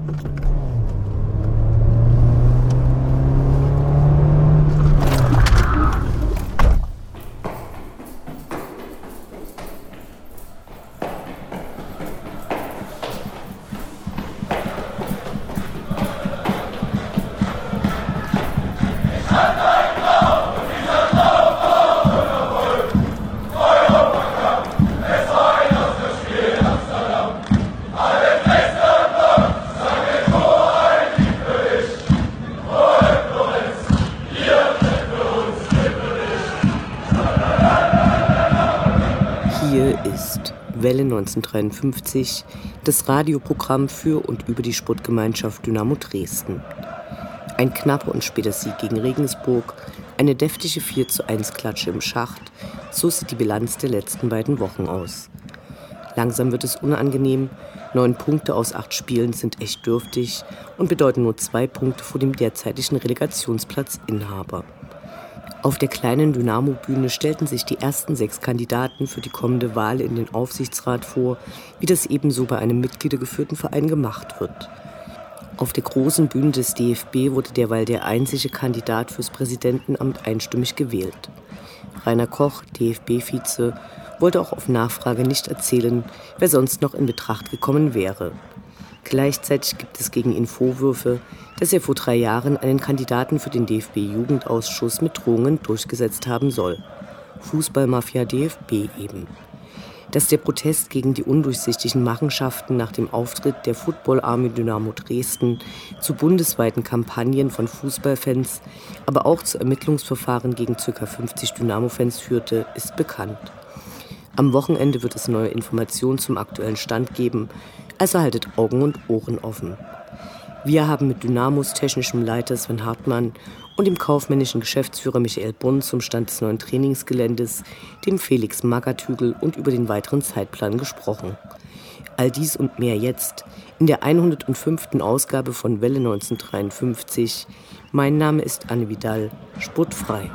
Welle 1953, das Radioprogramm für und über die Sportgemeinschaft Dynamo Dresden. Ein knapper und später Sieg gegen Regensburg, eine deftige 4:1 Klatsche im Schacht, so sieht die Bilanz der letzten beiden Wochen aus. Langsam wird es unangenehm, 9 Punkte aus 8 Spielen sind echt dürftig und bedeuten nur 2 Punkte vor dem derzeitigen Relegationsplatzinhaber. Auf der kleinen Dynamo-Bühne stellten sich die ersten 6 Kandidaten für die kommende Wahl in den Aufsichtsrat vor, wie das ebenso bei einem mitgliedergeführten Verein gemacht wird. Auf der großen Bühne des DFB wurde derweil der einzige Kandidat fürs Präsidentenamt einstimmig gewählt. Rainer Koch, DFB-Vize, wollte auch auf Nachfrage nicht erzählen, wer sonst noch in Betracht gekommen wäre. Gleichzeitig gibt es gegen ihn Vorwürfe, dass er vor 3 Jahren einen Kandidaten für den DFB-Jugendausschuss mit Drohungen durchgesetzt haben soll. Fußballmafia DFB eben. Dass der Protest gegen die undurchsichtigen Machenschaften nach dem Auftritt der Football Army Dynamo Dresden zu bundesweiten Kampagnen von Fußballfans, aber auch zu Ermittlungsverfahren gegen ca. 50 Dynamo-Fans führte, ist bekannt. Am Wochenende wird es neue Informationen zum aktuellen Stand geben, also haltet Augen und Ohren offen. Wir haben mit Dynamos technischem Leiter Sven Hartmann und dem kaufmännischen Geschäftsführer Michael Bonn zum Stand des neuen Trainingsgeländes, dem Felix Magathügel und über den weiteren Zeitplan gesprochen. All dies und mehr jetzt in der 105. Ausgabe von Welle 1953. Mein Name ist Anne Vidal, sportfrei.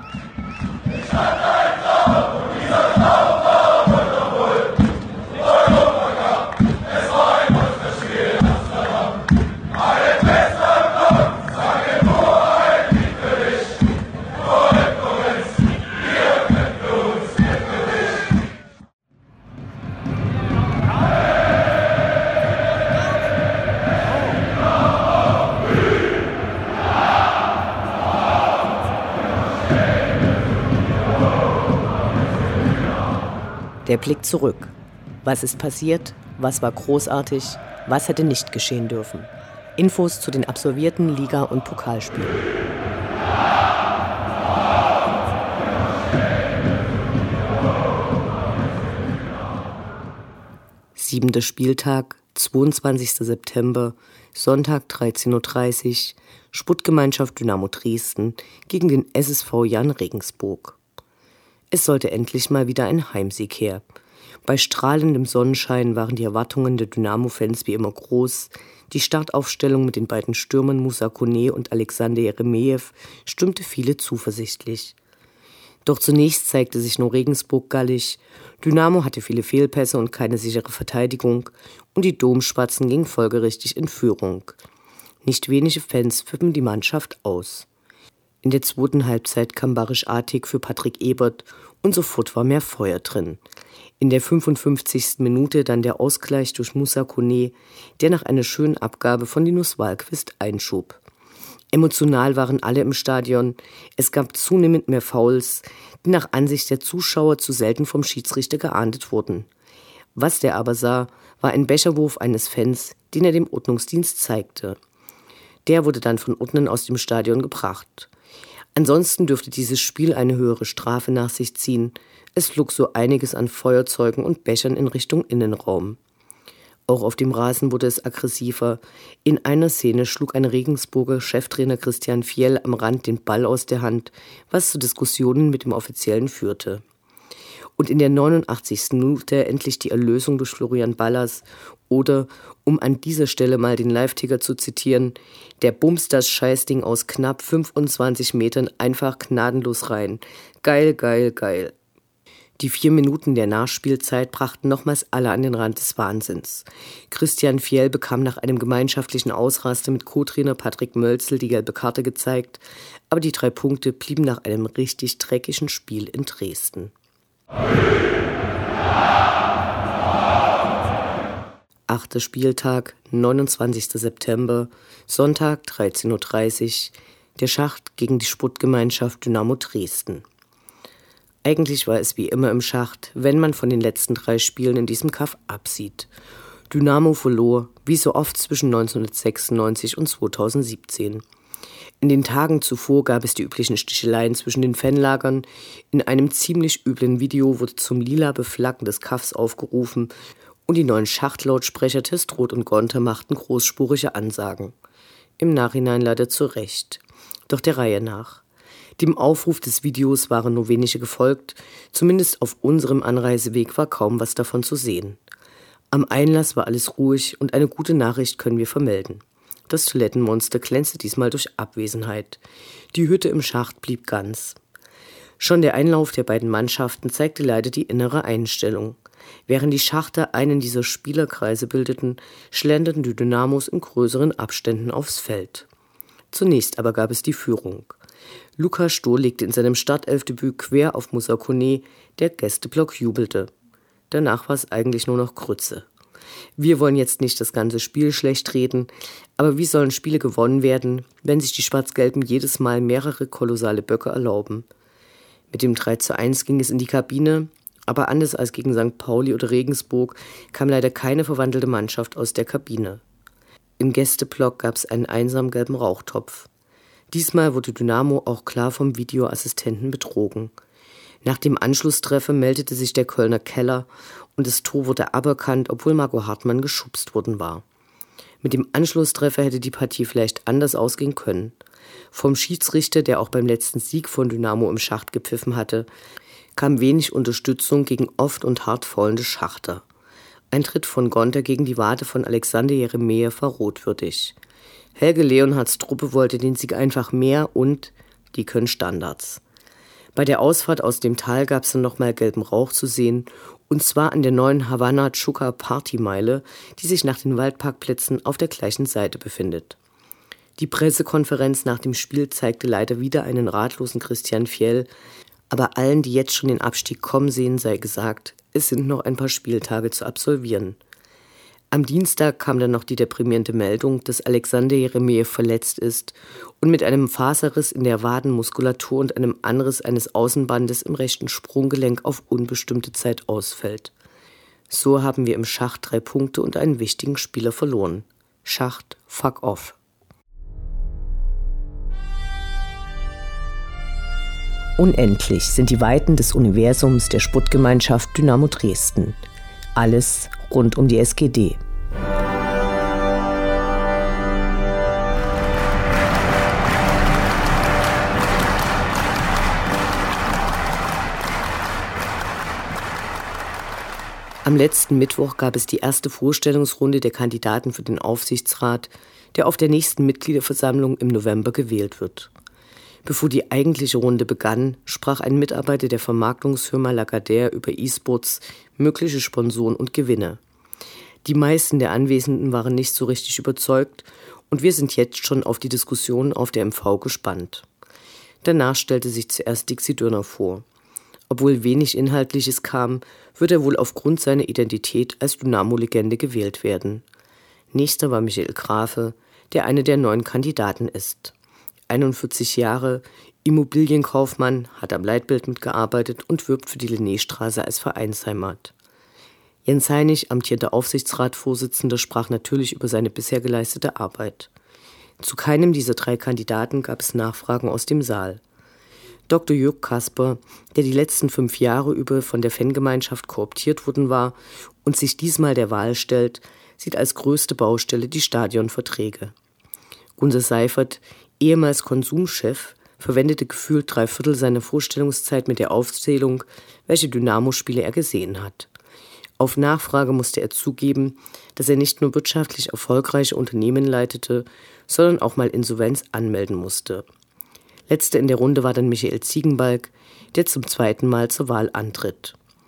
Der Blick zurück. Was ist passiert? Was war großartig? Was hätte nicht geschehen dürfen? Infos zu den absolvierten Liga- und Pokalspielen. 7. Spieltag, 22. September, Sonntag 13:30 Uhr, Sportgemeinschaft Dynamo Dresden gegen den SSV Jan Regensburg. Es sollte endlich mal wieder ein Heimsieg her. Bei strahlendem Sonnenschein waren die Erwartungen der Dynamo-Fans wie immer groß. Die Startaufstellung mit den beiden Stürmern Musa Kone und Alexander Jeremejew stimmte viele zuversichtlich. Doch zunächst zeigte sich nur Regensburg gallig. Dynamo hatte viele Fehlpässe und keine sichere Verteidigung und die Domspatzen gingen folgerichtig in Führung. Nicht wenige Fans pfiffen die Mannschaft aus. In der 2. Halbzeit kam Barisch Atik für Patrick Ebert und sofort war mehr Feuer drin. In der 55. Minute dann der Ausgleich durch Musa Kone, der nach einer schönen Abgabe von Linus Wahlquist einschob. Emotional waren alle im Stadion. Es gab zunehmend mehr Fouls, die nach Ansicht der Zuschauer zu selten vom Schiedsrichter geahndet wurden. Was der aber sah, war ein Becherwurf eines Fans, den er dem Ordnungsdienst zeigte. Der wurde dann von unten aus dem Stadion gebracht. Ansonsten dürfte dieses Spiel eine höhere Strafe nach sich ziehen. Es flog so einiges an Feuerzeugen und Bechern in Richtung Innenraum. Auch auf dem Rasen wurde es aggressiver. In einer Szene schlug ein Regensburger Cheftrainer Christian Fjell am Rand den Ball aus der Hand, was zu Diskussionen mit dem Offiziellen führte. Und in der 89. Minute endlich die Erlösung durch Florian Ballas oder, um an dieser Stelle mal den Live-Ticker zu zitieren, der bumst das Scheißding aus knapp 25 Metern einfach gnadenlos rein. Geil, geil, geil. Die 4 Minuten der Nachspielzeit brachten nochmals alle an den Rand des Wahnsinns. Christian Fjell bekam nach einem gemeinschaftlichen Ausraster mit Co-Trainer Patrick Mölzel die gelbe Karte gezeigt, aber die 3 Punkte blieben nach einem richtig dreckigen Spiel in Dresden. 8. Spieltag, 29. September, Sonntag 13:30 Uhr, der Schacht gegen die Sportgemeinschaft Dynamo Dresden. Eigentlich war es wie immer im Schacht, wenn man von den letzten 3 Spielen in diesem Kaff absieht. Dynamo verlor, wie so oft zwischen 1996 und 2017. In den Tagen zuvor gab es die üblichen Sticheleien zwischen den Fanlagern. In einem ziemlich üblen Video wurde zum lila Beflaggen des Kaffs aufgerufen und die neuen Schachtlautsprecher Testroth und Gonter machten großspurige Ansagen. Im Nachhinein leider zu Recht. Doch der Reihe nach. Dem Aufruf des Videos waren nur wenige gefolgt, zumindest auf unserem Anreiseweg war kaum was davon zu sehen. Am Einlass war alles ruhig und eine gute Nachricht können wir vermelden. Das Toilettenmonster glänzte diesmal durch Abwesenheit. Die Hütte im Schacht blieb ganz. Schon der Einlauf der beiden Mannschaften zeigte leider die innere Einstellung. Während die Schachter einen dieser Spielerkreise bildeten, schlenderten die Dynamos in größeren Abständen aufs Feld. Zunächst aber gab es die Führung. Lukas Stohl legte in seinem Startelfdebüt quer auf Moussa Kone, der Gästeblock jubelte. Danach war es eigentlich nur noch Grütze. Wir wollen jetzt nicht das ganze Spiel schlecht reden, aber wie sollen Spiele gewonnen werden, wenn sich die Schwarz-Gelben jedes Mal mehrere kolossale Böcke erlauben? Mit dem 3:1 ging es in die Kabine, aber anders als gegen St. Pauli oder Regensburg kam leider keine verwandelte Mannschaft aus der Kabine. Im Gästeblock gab es einen einsamen gelben Rauchtopf. Diesmal wurde Dynamo auch klar vom Videoassistenten betrogen. Nach dem Anschlusstreffer meldete sich der Kölner Keller und das Tor wurde aberkannt, obwohl Marco Hartmann geschubst worden war. Mit dem Anschlusstreffer hätte die Partie vielleicht anders ausgehen können. Vom Schiedsrichter, der auch beim letzten Sieg von Dynamo im Schacht gepfiffen hatte, kam wenig Unterstützung gegen oft und hart faulende Schachter. Ein Tritt von Gonter gegen die Wade von Alexander Jeremejew war rotwürdig. Helge Leonhards Truppe wollte den Sieg einfach mehr und die können Standards. Bei der Ausfahrt aus dem Tal gab es dann nochmal gelben Rauch zu sehen, und zwar an der neuen Havana Chuca Partymeile, die sich nach den Waldparkplätzen auf der gleichen Seite befindet. Die Pressekonferenz nach dem Spiel zeigte leider wieder einen ratlosen Christian Fjell, aber allen, die jetzt schon den Abstieg kommen sehen, sei gesagt, es sind noch ein paar Spieltage zu absolvieren. Am Dienstag kam dann noch die deprimierende Meldung, dass Alexander Jeremejew verletzt ist und mit einem Faserriss in der Wadenmuskulatur und einem Anriss eines Außenbandes im rechten Sprunggelenk auf unbestimmte Zeit ausfällt. So haben wir im Schacht 3 Punkte und einen wichtigen Spieler verloren. Schacht, fuck off. Unendlich sind die Weiten des Universums der Sportgemeinschaft Dynamo Dresden. Alles rund um die SGD. Am letzten Mittwoch gab es die erste Vorstellungsrunde der Kandidaten für den Aufsichtsrat, der auf der nächsten Mitgliederversammlung im November gewählt wird. Bevor die eigentliche Runde begann, sprach ein Mitarbeiter der Vermarktungsfirma Lagardère über E-Sports, mögliche Sponsoren und Gewinne. Die meisten der Anwesenden waren nicht so richtig überzeugt und wir sind jetzt schon auf die Diskussion auf der MV gespannt. Danach stellte sich zuerst Dixie Dörner vor. Obwohl wenig Inhaltliches kam, wird er wohl aufgrund seiner Identität als Dynamo-Legende gewählt werden. Nächster war Michael Grafe, der einer der 9 Kandidaten ist. 41 Jahre, Immobilienkaufmann, hat am Leitbild mitgearbeitet und wirbt für die Linnéstraße als Vereinsheimat. Jens Heinig, amtierender Aufsichtsratsvorsitzender, sprach natürlich über seine bisher geleistete Arbeit. Zu keinem dieser 3 Kandidaten gab es Nachfragen aus dem Saal. Dr. Jörg Kasper, der die letzten 5 Jahre über von der Fangemeinschaft kooptiert worden war und sich diesmal der Wahl stellt, sieht als größte Baustelle die Stadionverträge. Gunter Seifert, ehemals Konsumchef, verwendete gefühlt 3/4 seiner Vorstellungszeit mit der Aufzählung, welche Dynamo-Spiele er gesehen hat. Auf Nachfrage musste er zugeben, dass er nicht nur wirtschaftlich erfolgreiche Unternehmen leitete, sondern auch mal Insolvenz anmelden musste. Letzter in der Runde war dann Michael Ziegenbalg, der zum 2. Mal zur Wahl antritt.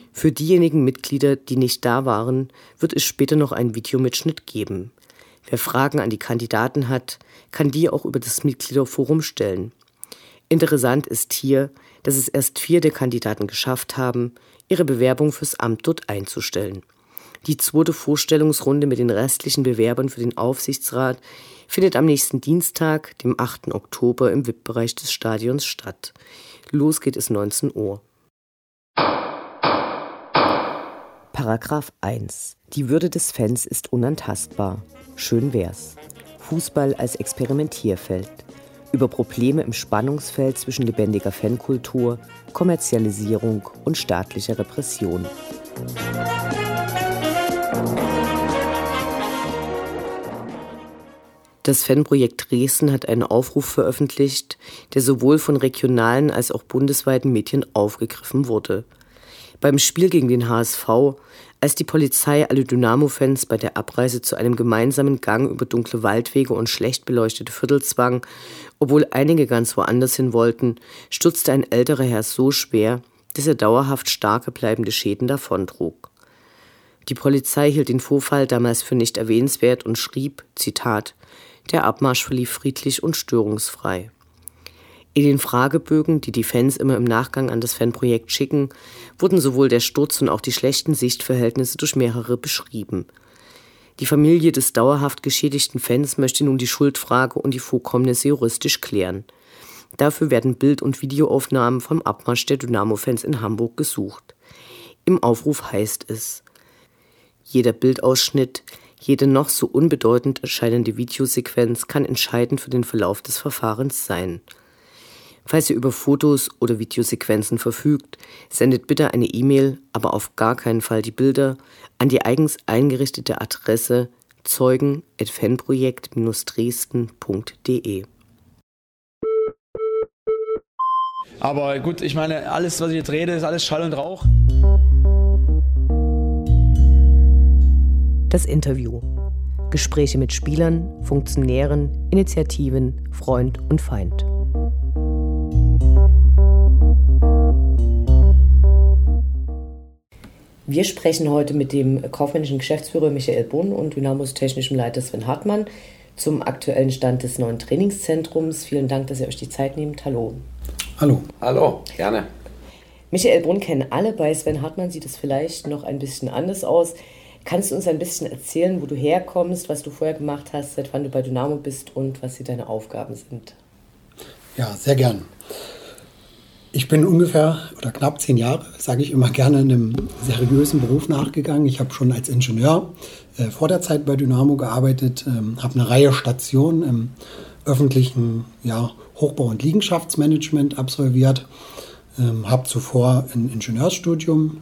Für diejenigen Mitglieder, die nicht da waren, wird es später noch einen Videomitschnitt geben. Wer Fragen an die Kandidaten hat, kann die auch über das Mitgliederforum stellen. Interessant ist hier, dass es erst 4 der Kandidaten geschafft haben, ihre Bewerbung fürs Amt dort einzustellen. Die 2. Vorstellungsrunde mit den restlichen Bewerbern für den Aufsichtsrat findet am nächsten Dienstag, dem 8. Oktober, im VIP-Bereich des Stadions statt. Los geht es 19 Uhr. Paragraph 1. Die Würde des Fans ist unantastbar. Schön wär's. Fußball als Experimentierfeld. Über Probleme im Spannungsfeld zwischen lebendiger Fankultur, Kommerzialisierung und staatlicher Repression. Das Fanprojekt Dresden hat einen Aufruf veröffentlicht, der sowohl von regionalen als auch bundesweiten Medien aufgegriffen wurde. Beim Spiel gegen den HSV, als die Polizei alle Dynamo-Fans bei der Abreise zu einem gemeinsamen Gang über dunkle Waldwege und schlecht beleuchtete Viertel zwang, obwohl einige ganz woanders hin wollten, stürzte ein älterer Herr so schwer, dass er dauerhaft starke bleibende Schäden davontrug. Die Polizei hielt den Vorfall damals für nicht erwähnenswert und schrieb, Zitat, der Abmarsch verlief friedlich und störungsfrei. In den Fragebögen, die die Fans immer im Nachgang an das Fanprojekt schicken, wurden sowohl der Sturz und auch die schlechten Sichtverhältnisse durch mehrere beschrieben. Die Familie des dauerhaft geschädigten Fans möchte nun die Schuldfrage und die Vorkommnisse juristisch klären. Dafür werden Bild- und Videoaufnahmen vom Abmarsch der Dynamo-Fans in Hamburg gesucht. Im Aufruf heißt es: Jeder Bildausschnitt, jede noch so unbedeutend erscheinende Videosequenz kann entscheidend für den Verlauf des Verfahrens sein. Falls ihr über Fotos oder Videosequenzen verfügt, sendet bitte eine E-Mail, aber auf gar keinen Fall die Bilder, an die eigens eingerichtete Adresse zeugen@fanprojekt-dresden.de. Aber gut, ich meine, alles, was ich jetzt rede, ist alles Schall und Rauch. Das Interview. Gespräche mit Spielern, Funktionären, Initiativen, Freund und Feind. Wir sprechen heute mit dem kaufmännischen Geschäftsführer Michael Brunn und Dynamos technischem Leiter Sven Hartmann zum aktuellen Stand des neuen Trainingszentrums. Vielen Dank, dass ihr euch die Zeit nehmt. Hallo. Hallo. Hallo, gerne. Michael Brunn kennen alle, bei Sven Hartmann sieht es vielleicht noch ein bisschen anders aus. Kannst du uns ein bisschen erzählen, wo du herkommst, was du vorher gemacht hast, seit wann du bei Dynamo bist und was hier deine Aufgaben sind? Ja, sehr gern. Ich bin ungefähr oder knapp 10 Jahre, sage ich immer gerne, einem seriösen Beruf nachgegangen. Ich habe schon als Ingenieur vor der Zeit bei Dynamo gearbeitet, habe eine Reihe Stationen im öffentlichen Hochbau- und Liegenschaftsmanagement absolviert, habe zuvor ein Ingenieursstudium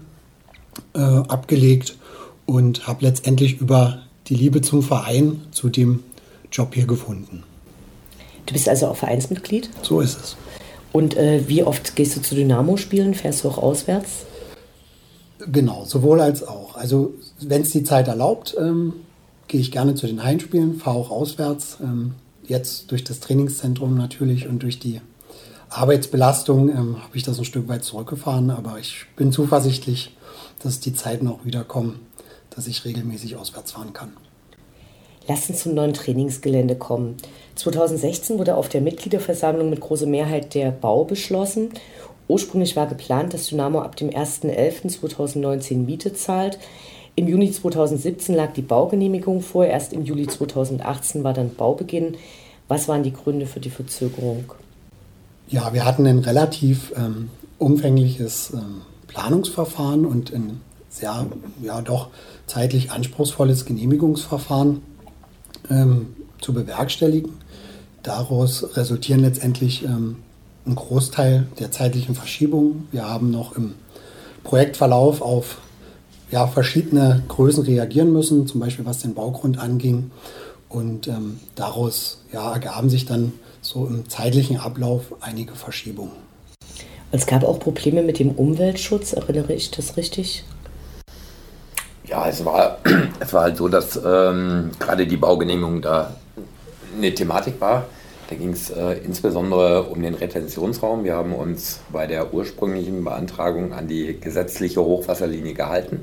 abgelegt und habe letztendlich über die Liebe zum Verein zu dem Job hier gefunden. Du bist also auch Vereinsmitglied? So ist es. Und wie oft gehst du zu Dynamo-Spielen? Fährst du auch auswärts? Genau, sowohl als auch. Also wenn es die Zeit erlaubt, gehe ich gerne zu den Heimspielen, fahre auch auswärts. Jetzt durch das Trainingszentrum natürlich und durch die Arbeitsbelastung habe ich das ein Stück weit zurückgefahren. Aber ich bin zuversichtlich, dass die Zeiten auch wieder kommen, dass ich regelmäßig auswärts fahren kann. Lass uns zum neuen Trainingsgelände kommen. 2016 wurde auf der Mitgliederversammlung mit großer Mehrheit der Bau beschlossen. Ursprünglich war geplant, dass Dynamo ab dem 1.11.2019 Miete zahlt. Im Juni 2017 lag die Baugenehmigung vor. Erst im Juli 2018 war dann Baubeginn. Was waren die Gründe für die Verzögerung? Ja, wir hatten ein relativ umfängliches Planungsverfahren und ein sehr, doch zeitlich anspruchsvolles Genehmigungsverfahren zu bewerkstelligen. Daraus resultieren letztendlich ein Großteil der zeitlichen Verschiebungen. Wir haben noch im Projektverlauf auf verschiedene Größen reagieren müssen, zum Beispiel was den Baugrund anging. Und daraus ergaben sich dann so im zeitlichen Ablauf einige Verschiebungen. Es gab auch Probleme mit dem Umweltschutz, erinnere ich das richtig? Ja, es war halt so, dass gerade die Baugenehmigung da eine Thematik war. Da ging es insbesondere um den Retentionsraum. Wir haben uns bei der ursprünglichen Beantragung an die gesetzliche Hochwasserlinie gehalten.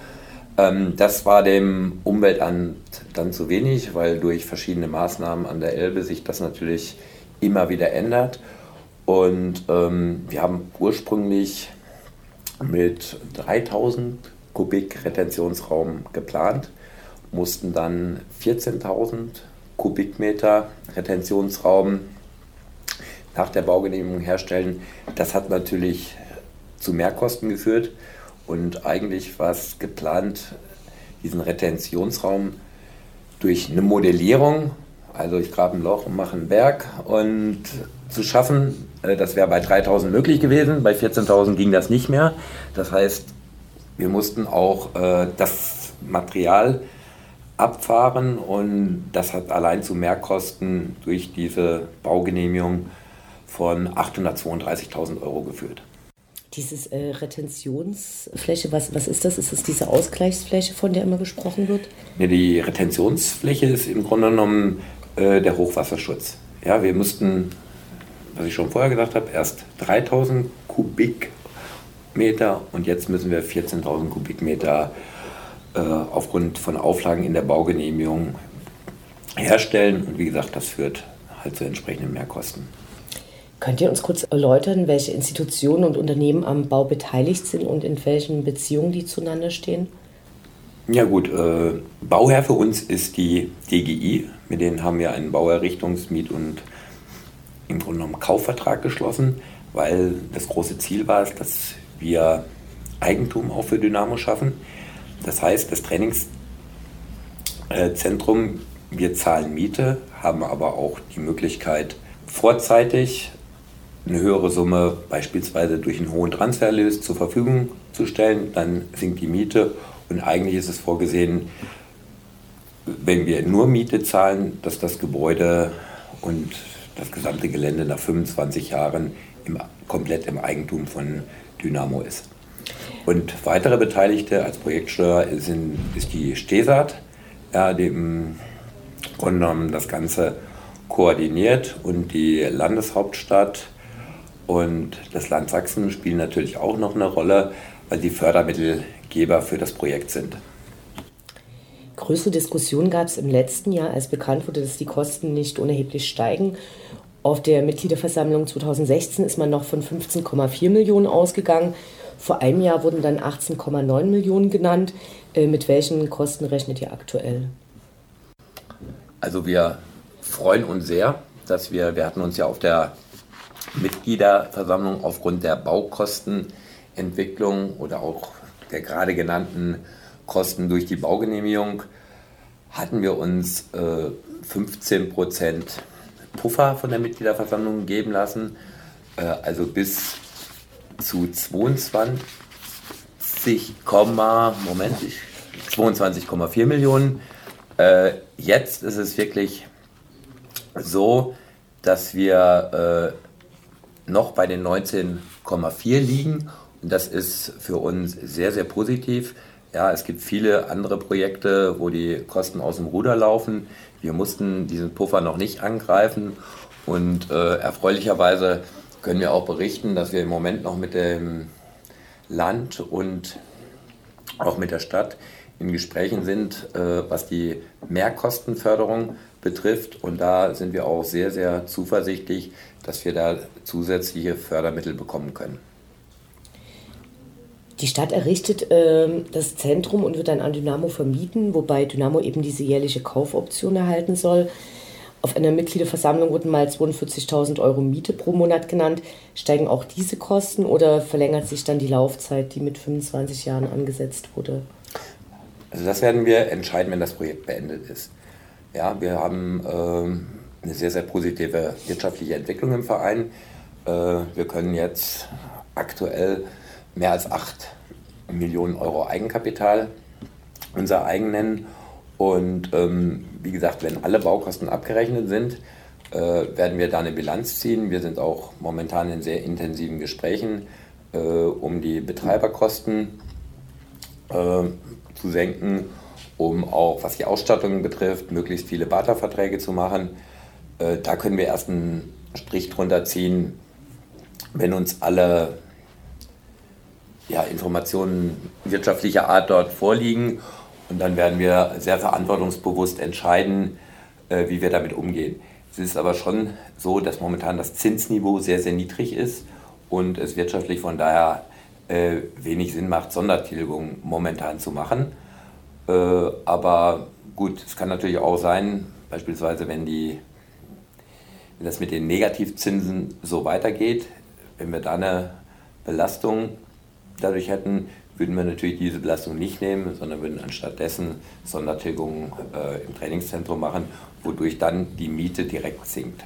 Das war dem Umweltamt dann zu wenig, weil durch verschiedene Maßnahmen an der Elbe sich das natürlich immer wieder ändert. Und wir haben ursprünglich mit 3000 Kubik Retentionsraum geplant, mussten dann 14.000 Kubikmeter Retentionsraum nach der Baugenehmigung herstellen. Das hat natürlich zu Mehrkosten geführt und eigentlich war es geplant, diesen Retentionsraum durch eine Modellierung, also ich grabe ein Loch und mache einen Berg und zu schaffen. Das wäre bei 3.000 möglich gewesen, bei 14.000 ging das nicht mehr. Das heißt, wir mussten auch das Material abfahren und das hat allein zu Mehrkosten durch diese Baugenehmigung von 832.000 Euro geführt. Dieses Retentionsfläche, was ist das? Ist das diese Ausgleichsfläche, von der immer gesprochen wird? Nee, die Retentionsfläche ist im Grunde genommen der Hochwasserschutz. Ja, wir mussten, was ich schon vorher gesagt habe, erst 3.000 Kubikmeter und jetzt müssen wir 14.000 Kubikmeter aufgrund von Auflagen in der Baugenehmigung herstellen. Und wie gesagt, das führt halt zu entsprechenden Mehrkosten. Könnt ihr uns kurz erläutern, welche Institutionen und Unternehmen am Bau beteiligt sind und in welchen Beziehungen die zueinander stehen? Ja gut, Bauherr für uns ist die DGI. Mit denen haben wir einen Bauerrichtungs-, und im Grunde genommen Kaufvertrag geschlossen, weil das große Ziel war es, dass wir Eigentum auch für Dynamo schaffen. Das heißt, das Trainingszentrum, wir zahlen Miete, haben aber auch die Möglichkeit, vorzeitig eine höhere Summe beispielsweise durch einen hohen Transfererlös zur Verfügung zu stellen. Dann sinkt die Miete und eigentlich ist es vorgesehen, wenn wir nur Miete zahlen, dass das Gebäude und das gesamte Gelände nach 25 Jahren komplett im Eigentum von Dynamo ist. Und weitere Beteiligte als Projektsteuer ist die Stesat, die im Grunde genommen das Ganze koordiniert, und die Landeshauptstadt und das Land Sachsen spielen natürlich auch noch eine Rolle, weil sie Fördermittelgeber für das Projekt sind. Größere Diskussionen gab es im letzten Jahr, als bekannt wurde, dass die Kosten nicht unerheblich steigen. Auf der Mitgliederversammlung 2016 ist man noch von 15,4 Millionen ausgegangen. Vor einem Jahr wurden dann 18,9 Millionen genannt. Mit welchen Kosten rechnet ihr aktuell? Also wir freuen uns sehr, dass wir hatten uns ja auf der Mitgliederversammlung aufgrund der Baukostenentwicklung oder auch der gerade genannten Kosten durch die Baugenehmigung, hatten wir uns 15% Puffer von der Mitgliederversammlung geben lassen, also bis zu 22,4 Millionen. Jetzt ist es wirklich so, dass wir noch bei den 19,4 liegen, und das ist für uns sehr, sehr positiv. Ja, es gibt viele andere Projekte, wo die Kosten aus dem Ruder laufen. Wir mussten diesen Puffer noch nicht angreifen, und erfreulicherweise können wir auch berichten, dass wir im Moment noch mit dem Land und auch mit der Stadt in Gesprächen sind, was die Mehrkostenförderung betrifft. Und da sind wir auch sehr, sehr zuversichtlich, dass wir da zusätzliche Fördermittel bekommen können. Die Stadt errichtet das Zentrum und wird dann an Dynamo vermieten, wobei Dynamo eben diese jährliche Kaufoption erhalten soll. Auf einer Mitgliederversammlung wurden mal 42.000 Euro Miete pro Monat genannt. Steigen auch diese Kosten oder verlängert sich dann die Laufzeit, die mit 25 Jahren angesetzt wurde? Also das werden wir entscheiden, wenn das Projekt beendet ist. Ja, wir haben eine sehr, sehr positive wirtschaftliche Entwicklung im Verein. Wir können jetzt aktuell mehr als 8 Millionen Euro Eigenkapital unser eigen nennen. Und wie gesagt, wenn alle Baukosten abgerechnet sind, werden wir da eine Bilanz ziehen. Wir sind auch momentan in sehr intensiven Gesprächen, um die Betreiberkosten zu senken, um auch, was die Ausstattung betrifft, möglichst viele Barterverträge zu machen. Da können wir erst einen Strich drunter ziehen, wenn uns alle Informationen wirtschaftlicher Art dort vorliegen. Und dann werden wir sehr verantwortungsbewusst entscheiden, wie wir damit umgehen. Es ist aber schon so, dass momentan das Zinsniveau sehr, sehr niedrig ist und es wirtschaftlich von daher wenig Sinn macht, Sondertilgungen momentan zu machen. Aber gut, es kann natürlich auch sein, beispielsweise wenn das mit den Negativzinsen so weitergeht, wenn wir da eine Belastung dadurch hätten, würden wir natürlich diese Belastung nicht nehmen, sondern würden anstattdessen Sondertilgungen im Trainingszentrum machen, wodurch dann die Miete direkt sinkt.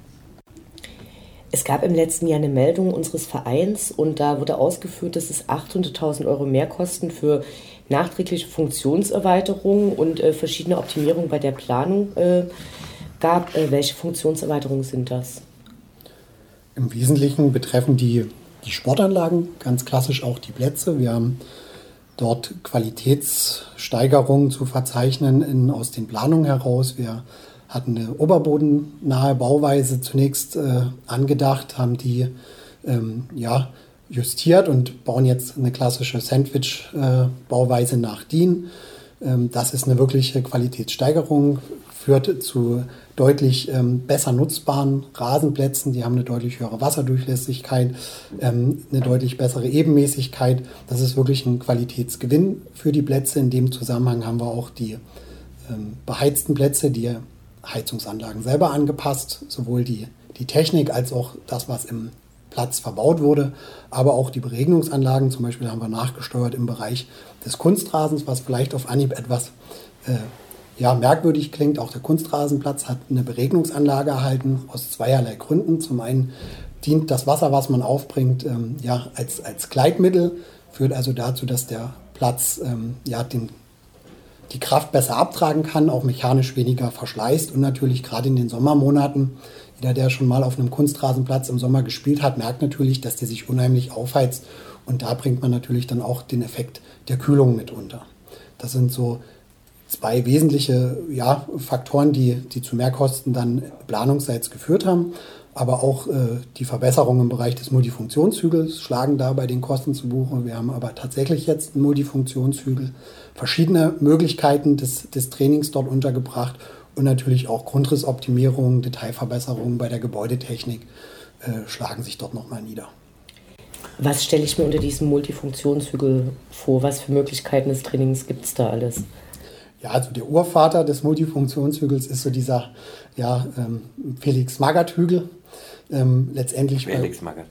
Es gab im letzten Jahr eine Meldung unseres Vereins und da wurde ausgeführt, dass es 800.000 Euro Mehrkosten für nachträgliche Funktionserweiterungen und verschiedene Optimierungen bei der Planung gab. Welche Funktionserweiterungen sind das? Im Wesentlichen betreffen die Sportanlagen, ganz klassisch auch die Plätze. Wir haben dort Qualitätssteigerungen zu verzeichnen aus den Planungen heraus. Wir hatten eine oberbodennahe Bauweise zunächst angedacht, haben die justiert und bauen jetzt eine klassische Sandwich-Bauweise nach DIN. Das ist eine wirkliche Qualitätssteigerung, führt zu deutlich besser nutzbaren Rasenplätzen. Die haben eine deutlich höhere Wasserdurchlässigkeit, eine deutlich bessere Ebenmäßigkeit. Das ist wirklich ein Qualitätsgewinn für die Plätze. In dem Zusammenhang haben wir auch die beheizten Plätze, die Heizungsanlagen selber angepasst, sowohl die Technik als auch das, was im Platz verbaut wurde, aber auch die Beregnungsanlagen. Zum Beispiel haben wir nachgesteuert im Bereich des Kunstrasens, was vielleicht auf Anhieb etwas merkwürdig klingt. Auch der Kunstrasenplatz hat eine Beregnungsanlage erhalten, aus zweierlei Gründen. Zum einen dient das Wasser, was man aufbringt, als Gleitmittel, führt also dazu, dass der Platz die Kraft besser abtragen kann, auch mechanisch weniger verschleißt und natürlich gerade in den Sommermonaten, jeder, der schon mal auf einem Kunstrasenplatz im Sommer gespielt hat, merkt natürlich, dass der sich unheimlich aufheizt und da bringt man natürlich dann auch den Effekt der Kühlung mit unter. Das sind so zwei wesentliche Faktoren, die zu Mehrkosten dann planungsseits geführt haben. Aber auch die Verbesserungen im Bereich des Multifunktionshügels schlagen da bei den Kosten zu Buche. Wir haben aber tatsächlich jetzt einen Multifunktionshügel, verschiedene Möglichkeiten des Trainings dort untergebracht und natürlich auch Grundrissoptimierungen, Detailverbesserungen bei der Gebäudetechnik schlagen sich dort nochmal nieder. Was stelle ich mir unter diesem Multifunktionshügel vor? Was für Möglichkeiten des Trainings gibt es da alles? Ja, also der Urvater des Multifunktionshügels ist so dieser Felix-Magath-Hügel. Letztendlich Felix Magath.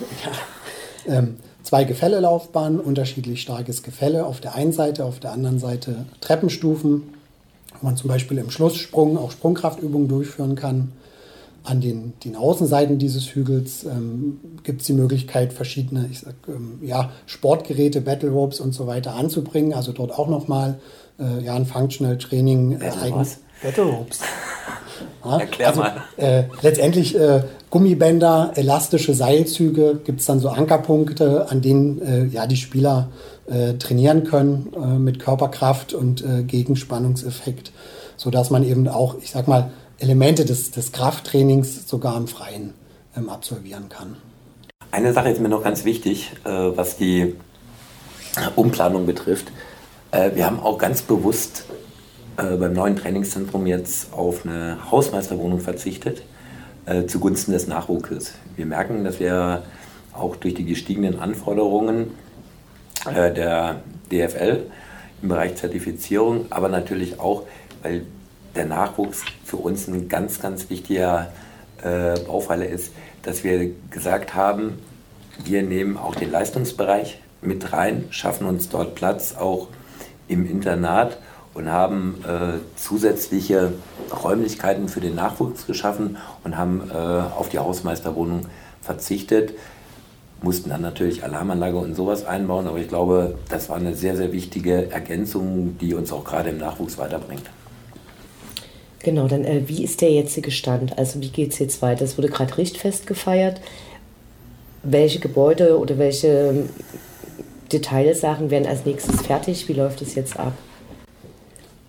Zwei Gefällelaufbahnen, unterschiedlich starkes Gefälle auf der einen Seite, auf der anderen Seite Treppenstufen, wo man zum Beispiel im Schlusssprung auch Sprungkraftübungen durchführen kann. An den Außenseiten dieses Hügels gibt es die Möglichkeit, verschiedene Sportgeräte, Battle Ropes und so weiter anzubringen. Also dort auch nochmal ein Functional Training. Battle Ropes. Ja, erklär mal. Letztendlich Gummibänder, elastische Seilzüge, gibt es dann so Ankerpunkte, an denen die Spieler trainieren können mit Körperkraft und Gegenspannungseffekt, sodass man eben auch, Elemente des Krafttrainings sogar im Freien absolvieren kann. Eine Sache ist mir noch ganz wichtig, was die Umplanung betrifft. Wir haben auch ganz bewusst beim neuen Trainingszentrum jetzt auf eine Hausmeisterwohnung verzichtet, zugunsten des Nachwuchses. Wir merken, dass wir auch durch die gestiegenen Anforderungen der DFL im Bereich Zertifizierung, aber natürlich auch, weil der Nachwuchs für uns ein ganz, ganz wichtiger Baupfeiler ist, dass wir gesagt haben, wir nehmen auch den Leistungsbereich mit rein, schaffen uns dort Platz auch im Internat und haben zusätzliche Räumlichkeiten für den Nachwuchs geschaffen und haben auf die Hausmeisterwohnung verzichtet. Mussten dann natürlich Alarmanlage und sowas einbauen, aber ich glaube, das war eine sehr, sehr wichtige Ergänzung, die uns auch gerade im Nachwuchs weiterbringt. Genau, dann wie ist der jetzige Stand? Also wie geht es jetzt weiter? Es wurde gerade Richtfest gefeiert. Welche Gebäude oder welche Detailsachen werden als nächstes fertig? Wie läuft es jetzt ab?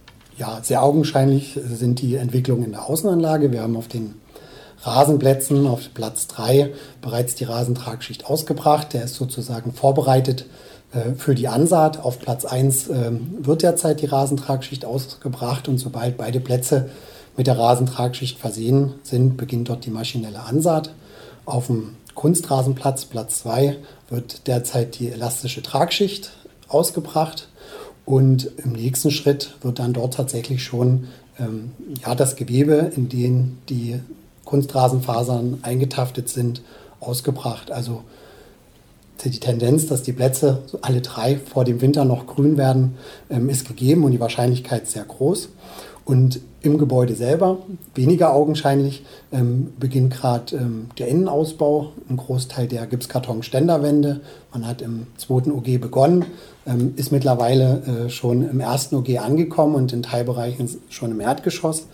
Ja, sehr augenscheinlich sind die Entwicklungen in der Außenanlage. Wir haben auf den Rasenplätzen auf Platz 3 bereits die Rasentragschicht ausgebracht. Der ist sozusagen vorbereitet für die Ansaat. Auf Platz 1 wird derzeit die Rasentragschicht ausgebracht und sobald beide Plätze mit der Rasentragschicht versehen sind, beginnt dort die maschinelle Ansaat. Auf dem Kunstrasenplatz, Platz 2, wird derzeit die elastische Tragschicht ausgebracht und im nächsten Schritt wird dann dort tatsächlich schon das Gewebe, in dem die Kunstrasenfasern eingetaftet sind, ausgebracht. Also die Tendenz, dass die Plätze alle 3 vor dem Winter noch grün werden, ist gegeben und die Wahrscheinlichkeit sehr groß. Und im Gebäude selber, weniger augenscheinlich, beginnt gerade der Innenausbau, ein Großteil der Gipskarton-Ständerwände. Man hat im 2. OG begonnen, ist mittlerweile schon im 1. OG angekommen und in Teilbereichen schon im Erdgeschoss.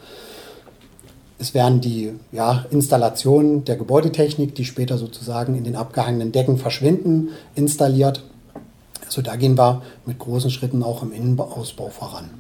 Es werden die Installationen der Gebäudetechnik, die später sozusagen in den abgehangenen Decken verschwinden, installiert. Also da gehen wir mit großen Schritten auch im Innenausbau voran.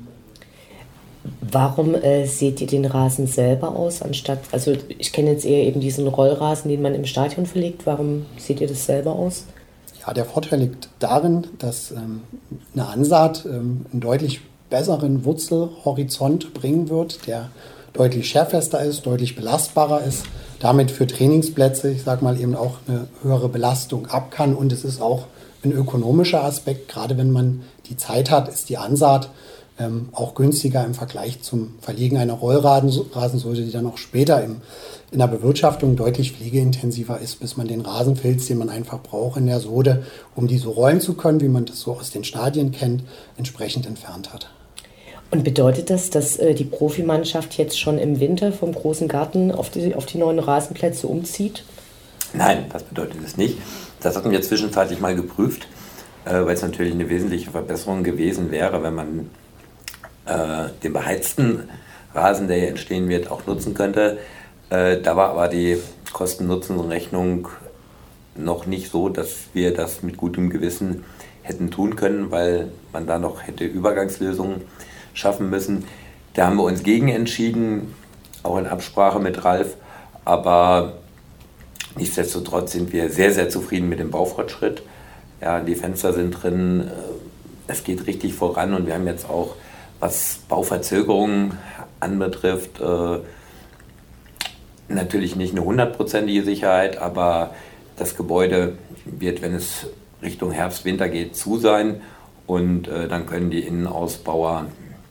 Warum seht ihr den Rasen selber aus, anstatt, also ich kenne jetzt eher eben diesen Rollrasen, den man im Stadion verlegt. Warum seht ihr das selber aus? Ja, der Vorteil liegt darin, dass eine Ansaat einen deutlich besseren Wurzelhorizont bringen wird, der deutlich scherfester ist, deutlich belastbarer ist, damit für Trainingsplätze, ich sage mal, eben auch eine höhere Belastung ab kann. Und es ist auch ein ökonomischer Aspekt, gerade wenn man die Zeit hat, ist die Ansaat auch günstiger im Vergleich zum Verlegen einer Rollrasensäule, die dann auch später in der Bewirtschaftung deutlich pflegeintensiver ist, bis man den Rasenfilz, den man einfach braucht in der Sode, um die so rollen zu können, wie man das so aus den Stadien kennt, entsprechend entfernt hat. Und bedeutet das, dass die Profimannschaft jetzt schon im Winter vom großen Garten auf die neuen Rasenplätze umzieht? Nein, das bedeutet es nicht. Das hatten wir zwischenzeitlich mal geprüft, weil es natürlich eine wesentliche Verbesserung gewesen wäre, wenn man den beheizten Rasen, der hier entstehen wird, auch nutzen könnte. Da war aber die Kosten-Nutzen-Rechnung noch nicht so, dass wir das mit gutem Gewissen hätten tun können, weil man da noch hätte Übergangslösungen schaffen müssen. Da haben wir uns gegen entschieden, auch in Absprache mit Ralf, aber nichtsdestotrotz sind wir sehr, sehr zufrieden mit dem Baufortschritt. Ja, die Fenster sind drin, es geht richtig voran und wir haben jetzt auch, was Bauverzögerungen anbetrifft, natürlich nicht eine 100%ige Sicherheit, aber das Gebäude wird, wenn es Richtung Herbst, Winter geht, zu sein und dann können die Innenausbauer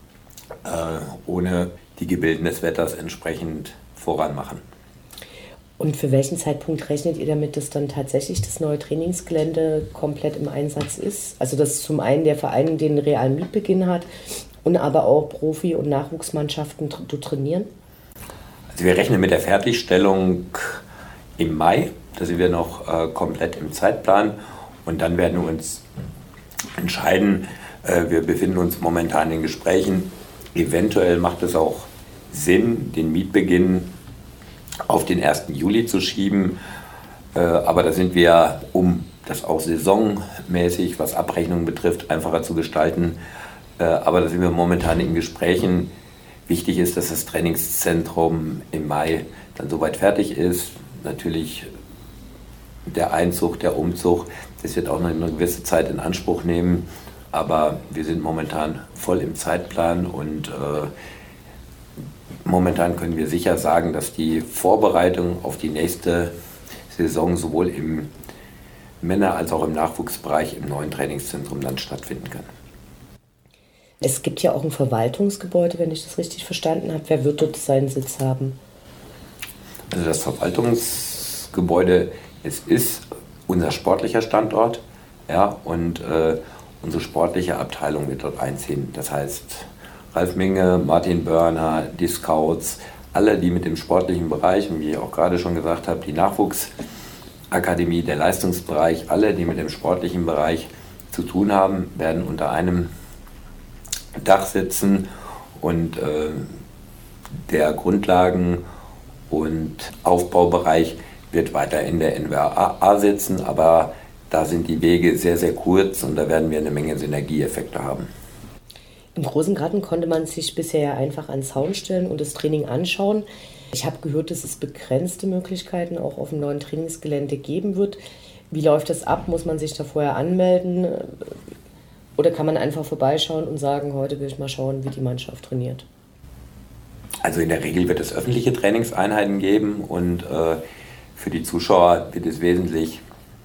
ohne die Gebilden des Wetters entsprechend voranmachen. Und für welchen Zeitpunkt rechnet ihr damit, dass dann tatsächlich das neue Trainingsgelände komplett im Einsatz ist? Also dass zum einen der Verein den realen Mietbeginn hat und aber auch Profi- und Nachwuchsmannschaften trainieren? Also wir rechnen mit der Fertigstellung im Mai. Da sind wir noch komplett im Zeitplan und dann werden wir uns entscheiden. Wir befinden uns momentan in Gesprächen. Eventuell macht es auch Sinn, den Mietbeginn auf den 1. Juli zu schieben. Aber da sind wir, um das auch saisonmäßig, was Abrechnungen betrifft, einfacher zu gestalten. Aber da sind wir momentan in Gesprächen. Wichtig ist, dass das Trainingszentrum im Mai dann soweit fertig ist. Natürlich der Einzug, der Umzug, das wird auch noch eine gewisse Zeit in Anspruch nehmen. Aber wir sind momentan voll im Zeitplan und momentan können wir sicher sagen, dass die Vorbereitung auf die nächste Saison sowohl im Männer- als auch im Nachwuchsbereich im neuen Trainingszentrum dann stattfinden kann. Es gibt ja auch ein Verwaltungsgebäude, wenn ich das richtig verstanden habe. Wer wird dort seinen Sitz haben? Also das Verwaltungsgebäude, es ist unser sportlicher Standort, ja, und unsere sportliche Abteilung wird dort einziehen. Das heißt, Ralf Minge, Martin Börner, die Scouts, alle, die mit dem sportlichen Bereich, und wie ich auch gerade schon gesagt habe, die Nachwuchsakademie, der Leistungsbereich, alle, die mit dem sportlichen Bereich zu tun haben, werden unter einem Dach sitzen und der Grundlagen- und Aufbaubereich wird weiter in der NWA sitzen, aber da sind die Wege sehr, sehr kurz und da werden wir eine Menge Synergieeffekte haben. Im großen Garten konnte man sich bisher ja einfach an den Zaun stellen und das Training anschauen. Ich habe gehört, dass es begrenzte Möglichkeiten auch auf dem neuen Trainingsgelände geben wird. Wie läuft das ab? Muss man sich da vorher anmelden? Oder kann man einfach vorbeischauen und sagen, heute will ich mal schauen, wie die Mannschaft trainiert? Also in der Regel wird es öffentliche Trainingseinheiten geben und für die Zuschauer wird es wesentlich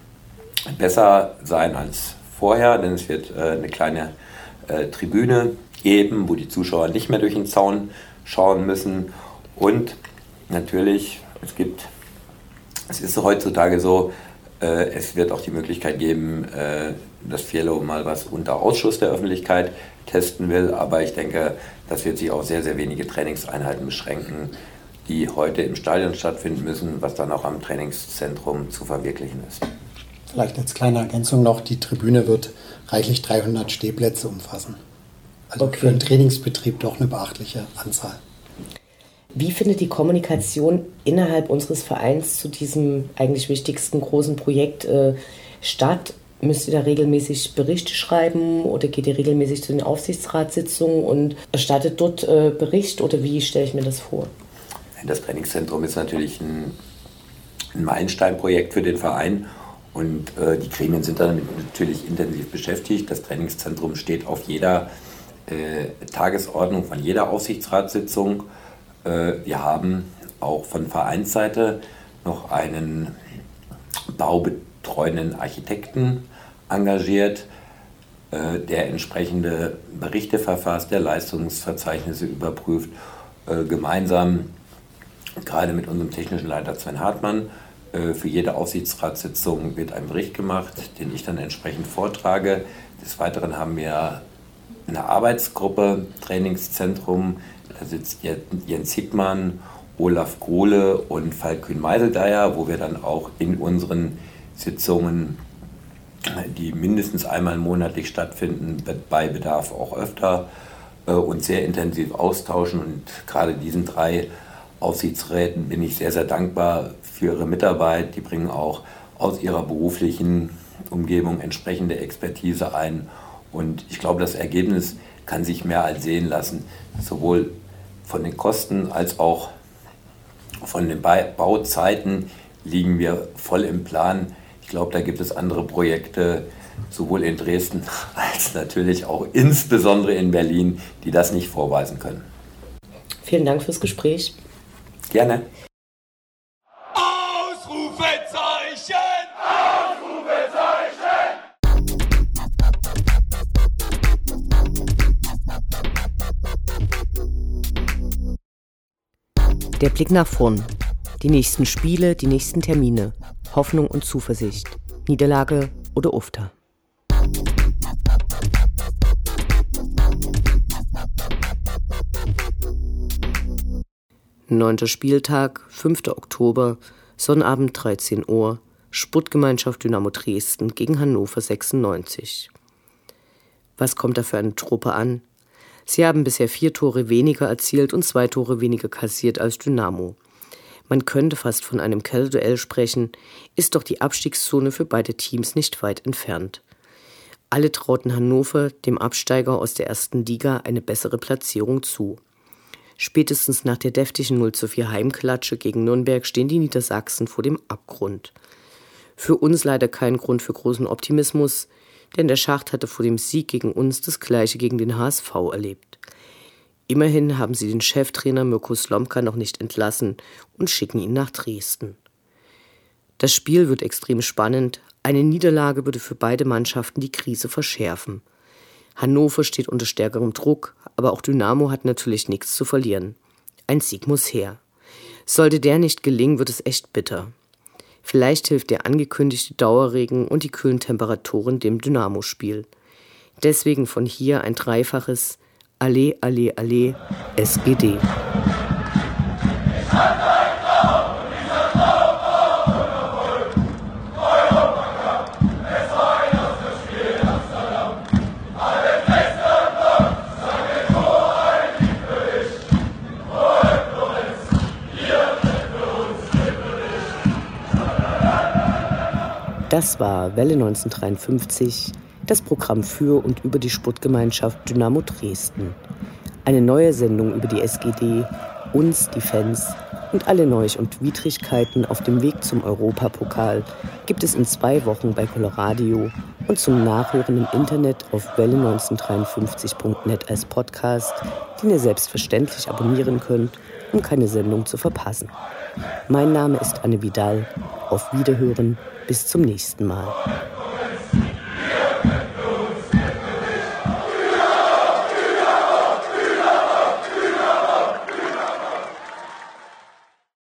besser sein als vorher, denn es wird eine kleine Tribüne geben, wo die Zuschauer nicht mehr durch den Zaun schauen müssen. Und natürlich, es ist heutzutage so, es wird auch die Möglichkeit geben, dass Fiello mal was unter Ausschuss der Öffentlichkeit testen will. Aber ich denke, das wird sich auf sehr, sehr wenige Trainingseinheiten beschränken, die heute im Stadion stattfinden müssen, was dann auch am Trainingszentrum zu verwirklichen ist. Vielleicht als kleine Ergänzung noch, die Tribüne wird reichlich 300 Stehplätze umfassen. Also für einen Trainingsbetrieb doch eine beachtliche Anzahl. Wie findet die Kommunikation innerhalb unseres Vereins zu diesem eigentlich wichtigsten großen Projekt statt? Müsst ihr da regelmäßig Berichte schreiben oder geht ihr regelmäßig zu den Aufsichtsratssitzungen und erstattet dort Bericht oder wie stelle ich mir das vor? Das Trainingszentrum ist natürlich ein Meilensteinprojekt für den Verein und die Gremien sind damit natürlich intensiv beschäftigt. Das Trainingszentrum steht auf jeder Tagesordnung von jeder Aufsichtsratssitzung. Wir haben auch von Vereinsseite noch einen baubetreuenden Architekten engagiert, der entsprechende Berichte verfasst, der Leistungsverzeichnisse überprüft, gemeinsam gerade mit unserem technischen Leiter Sven Hartmann. Für jede Aufsichtsratssitzung wird ein Bericht gemacht, den ich dann entsprechend vortrage. Des Weiteren haben wir eine Arbeitsgruppe, Trainingszentrum, da sitzt Jens Hickmann, Olaf Kohle und Falk Kühn-Meiseldeier, wo wir dann auch in unseren Sitzungen, die mindestens einmal monatlich stattfinden, bei Bedarf auch öfter, uns sehr intensiv austauschen. Und gerade diesen 3 Aufsichtsräten bin ich sehr, sehr dankbar für ihre Mitarbeit. Die bringen auch aus ihrer beruflichen Umgebung entsprechende Expertise ein. Und ich glaube, das Ergebnis kann sich mehr als sehen lassen, sowohl von den Kosten als auch von den Bauzeiten liegen wir voll im Plan. Ich glaube, da gibt es andere Projekte, sowohl in Dresden als natürlich auch insbesondere in Berlin, die das nicht vorweisen können. Vielen Dank fürs Gespräch. Gerne. Ausrufezeichen! Der Blick nach vorn. Die nächsten Spiele, die nächsten Termine. Hoffnung und Zuversicht. Niederlage oder Ufter. Neunter Spieltag, 5. Oktober, Sonnabend 13 Uhr, Sportgemeinschaft Dynamo Dresden gegen Hannover 96. Was kommt da für eine Truppe an? Sie haben bisher 4 Tore weniger erzielt und 2 Tore weniger kassiert als Dynamo. Man könnte fast von einem Kellerduell sprechen, ist doch die Abstiegszone für beide Teams nicht weit entfernt. Alle trauten Hannover, dem Absteiger aus der ersten Liga, eine bessere Platzierung zu. Spätestens nach der deftigen 0:4 Heimklatsche gegen Nürnberg stehen die Niedersachsen vor dem Abgrund. Für uns leider kein Grund für großen Optimismus, denn der Schacht hatte vor dem Sieg gegen uns das Gleiche gegen den HSV erlebt. Immerhin haben sie den Cheftrainer Mirko Slomka noch nicht entlassen und schicken ihn nach Dresden. Das Spiel wird extrem spannend. Eine Niederlage würde für beide Mannschaften die Krise verschärfen. Hannover steht unter stärkerem Druck, aber auch Dynamo hat natürlich nichts zu verlieren. Ein Sieg muss her. Sollte der nicht gelingen, wird es echt bitter. Vielleicht hilft der angekündigte Dauerregen und die kühlen Temperaturen dem Dynamo-Spiel. Deswegen von hier ein dreifaches Allez, allez, allez, SGD. Das war Welle 1953, das Programm für und über die Sportgemeinschaft Dynamo Dresden. Eine neue Sendung über die SGD, uns, die Fans und alle Neuigkeiten und Widrigkeiten auf dem Weg zum Europapokal gibt es in 2 Wochen bei Coloradio und zum Nachhören im Internet auf welle1953.net als Podcast, den ihr selbstverständlich abonnieren könnt, um keine Sendung zu verpassen. Mein Name ist Anne Vidal. Auf Wiederhören, bis zum nächsten Mal.